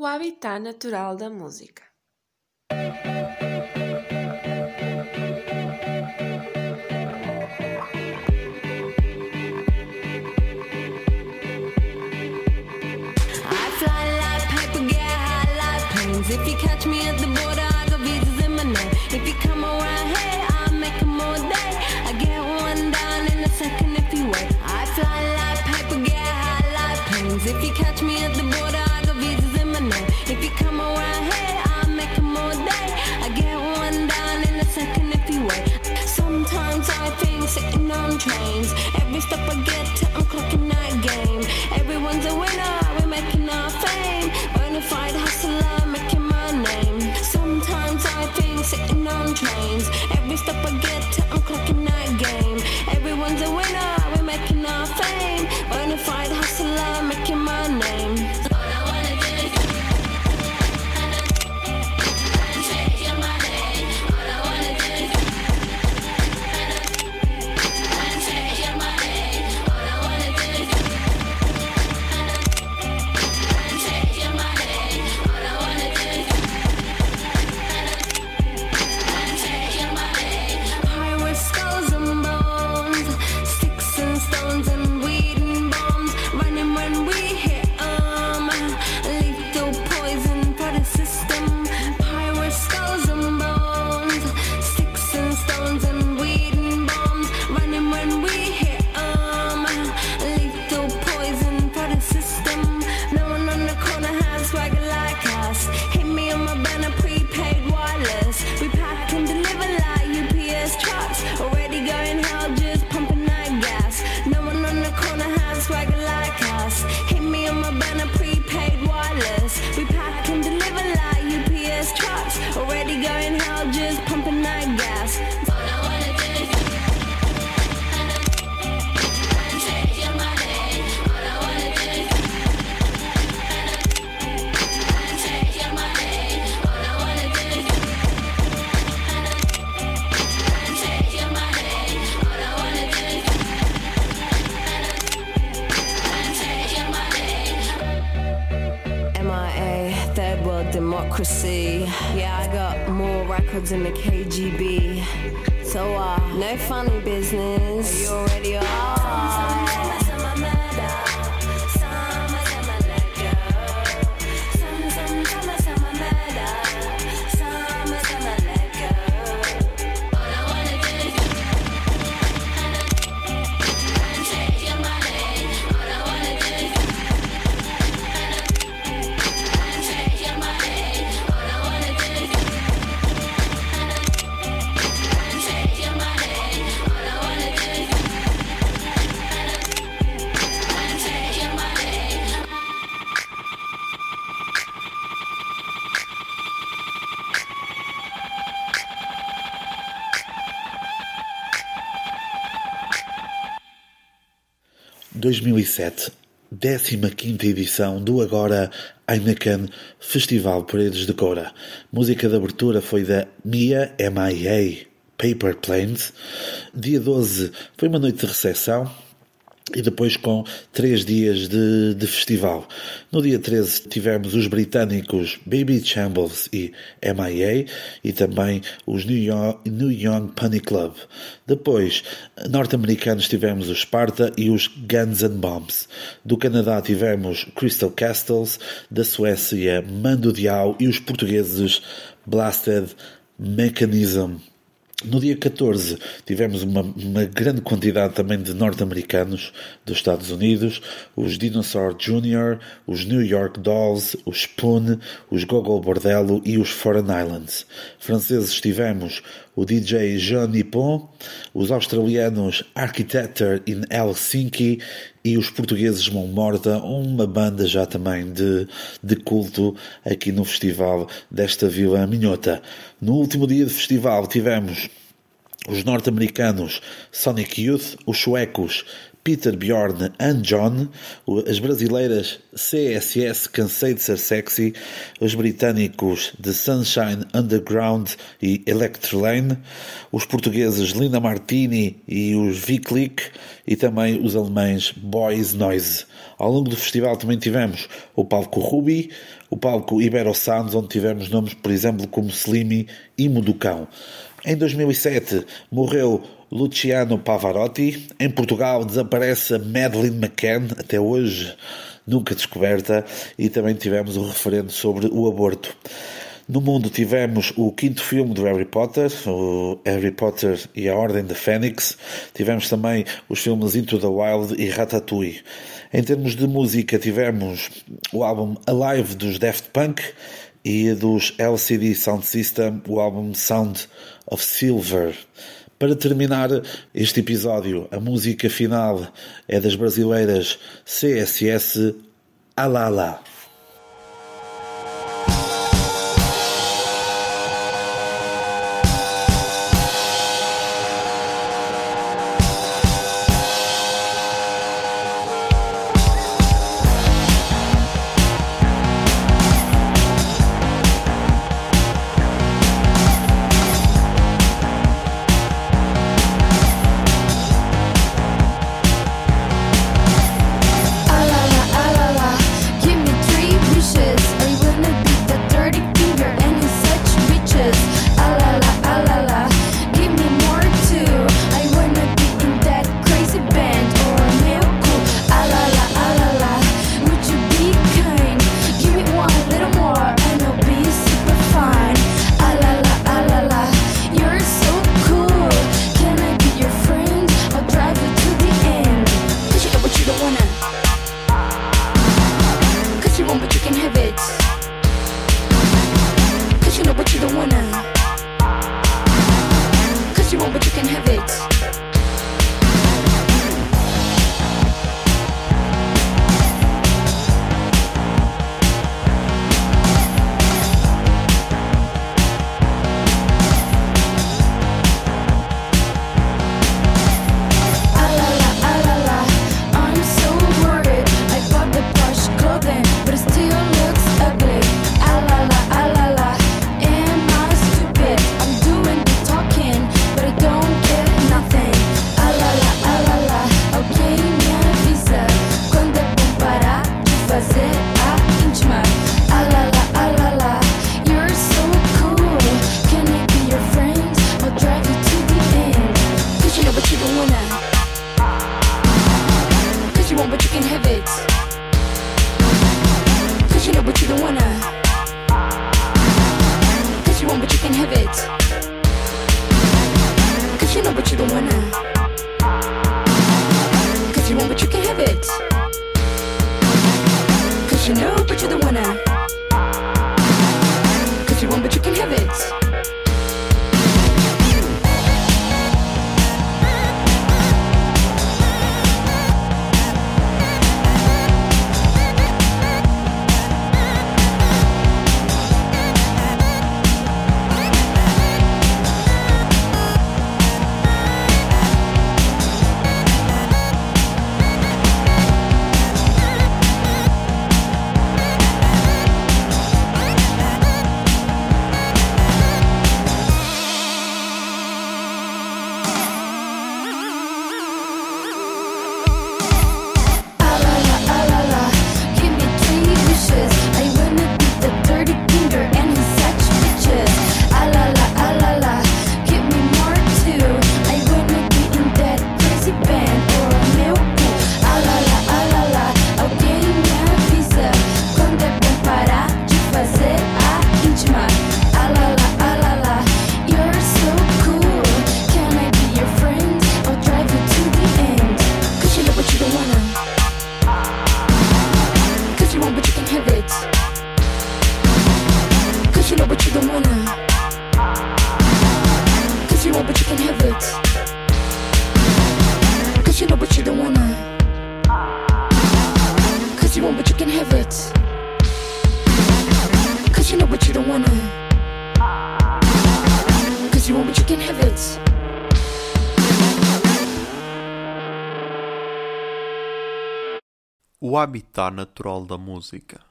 o habitat natural da música. If you catch me at the border, I got visas in my name. If you come around here, I'll make them all day. I get one down in a second if you wait. I fly like paper, get high like planes. If you catch me at the border, I got visas in my name. If you come around here, I'll make them all day. I get one down in a second if you wait. Sometimes I think sitting on trains. Every step I get to, I'm clocking that game. Everyone's a winner, we're making our fame. Bonafide hustler, making my name. Sometimes I think sitting on trains. Every step I get to, I'm clocking that game. Everyone's a winner, we're making our fame. Bonafide hustler, making my name. All I wanna do is take your money. All I wanna do is take your money. All I wanna do is take your money. All I wanna do is take your money. Pirates, skulls and bones, sticks and stones and weed and bombs. Running when we hit 'em. Lethal poison for the system. Pirates, skulls and bones, sticks and stones and weed and bombs. Running when we hit 'em. Lethal poison for the system. No one on the corner has swagger like us. Hit me on my banner, prepaid wireless. We pack and deliver like UPS trucks. Already going hell, just pumping that gas. No one on the corner has swagger like us. Hit me on my banner, prepaid wireless. We pack and deliver like UPS trucks. Already going hell, just pumping that gas. All I wanna do is take your money. All I wanna do is take your money. All I wanna do is take your money. All I wanna do is take your money. MIA, third world democracy. Yeah, I got more records than the KGB. So no funny business. You already are. ...2007, 15ª edição do agora Heineken Festival Paredes de Coura. Música de abertura foi da MIA, Paper Planes. Dia 12 foi uma noite de recepção e depois com 3 dias de festival. No dia 13 tivemos os britânicos Baby Shambles e MIA e também os New Young Pony Club. Depois, norte-americanos tivemos os Sparta e os Guns N' Bombs. Do Canadá tivemos Crystal Castles, da Suécia Mando Diao e os portugueses Blasted Mechanism. No dia 14 tivemos uma grande quantidade também de norte-americanos dos Estados Unidos, os Dinosaur Jr., os New York Dolls, os Spoon, os Gogol Bordello e os Foreign Islands. Franceses tivemos o DJ Jean Nippon, os australianos Architecture in Helsinki e os portugueses Mão Morta, uma banda já também de culto aqui no festival desta Vila Minhota. No último dia de festival tivemos os norte-americanos Sonic Youth, os suecos Peter, Bjorn and John, as brasileiras CSS, Cansei de Ser Sexy, os britânicos The Sunshine Underground e Electrolane, os portugueses Lina Martini e os V-Click e também os alemães Boys Noise. Ao longo do festival também tivemos o palco Ruby, o palco Ibero Sounds, onde tivemos nomes, por exemplo, como Slimy e Muducão. Em 2007 morreu Luciano Pavarotti. Em Portugal desaparece a Madeleine McCann, até hoje nunca descoberta, e também tivemos o referendo sobre o aborto. No mundo tivemos o 5º filme do Harry Potter, o Harry Potter e a Ordem da Fênix. Tivemos também os filmes Into the Wild e Ratatouille. Em termos de música tivemos o álbum Alive dos Daft Punk e dos LCD Sound System, o álbum Sound of Silver. Para terminar este episódio, a música final é das brasileiras CSS, Alala. o habitat natural da música?